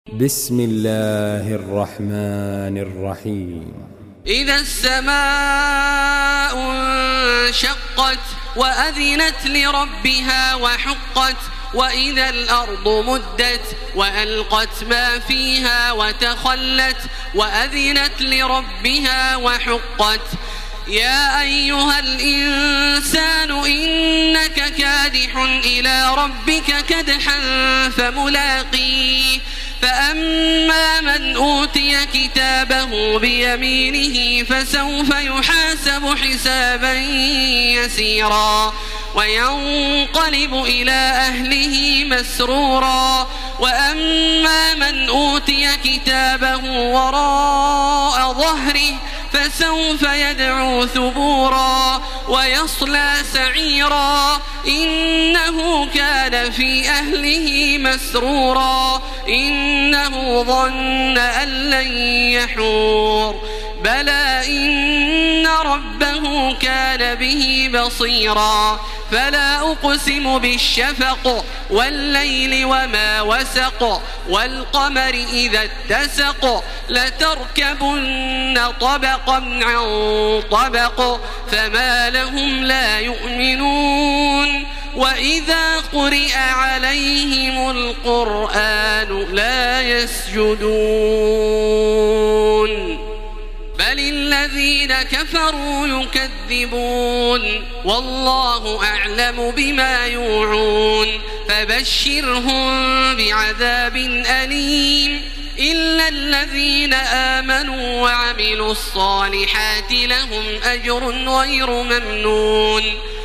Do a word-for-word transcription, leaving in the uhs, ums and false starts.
بسم الله الرحمن الرحيم. إذا السماء انشقت وأذنت لربها وحقت وإذا الأرض مدت وألقت ما فيها وتخلت وأذنت لربها وحقت يا أيها الإنسان إنك كادح إلى ربك كدحا فملاقيه فأما من أوتي كتابه بيمينه فسوف يحاسب حسابا يسيرا وينقلب إلى أهله مسرورا وأما من أوتي كتابه وراء ظهره فسوف يدعو ثبورا ويصلى سعيرا إنه كان في أهله مسرورا إنه ظن أن لن يحور بلى إن ربه كان به بصيرا فلا أقسم بالشفق والليل وما وسق والقمر إذا اتسق لتركبن طبقا عن طبق فما لهم لا يؤمنون وإذا قرئ عليهم القرآن لا يسجدون بل الذين كفروا يكذبون والله أعلم بما يوعون فبشرهم بعذاب أليم إلا الذين آمنوا وعملوا الصالحات لهم أجر غير ممنون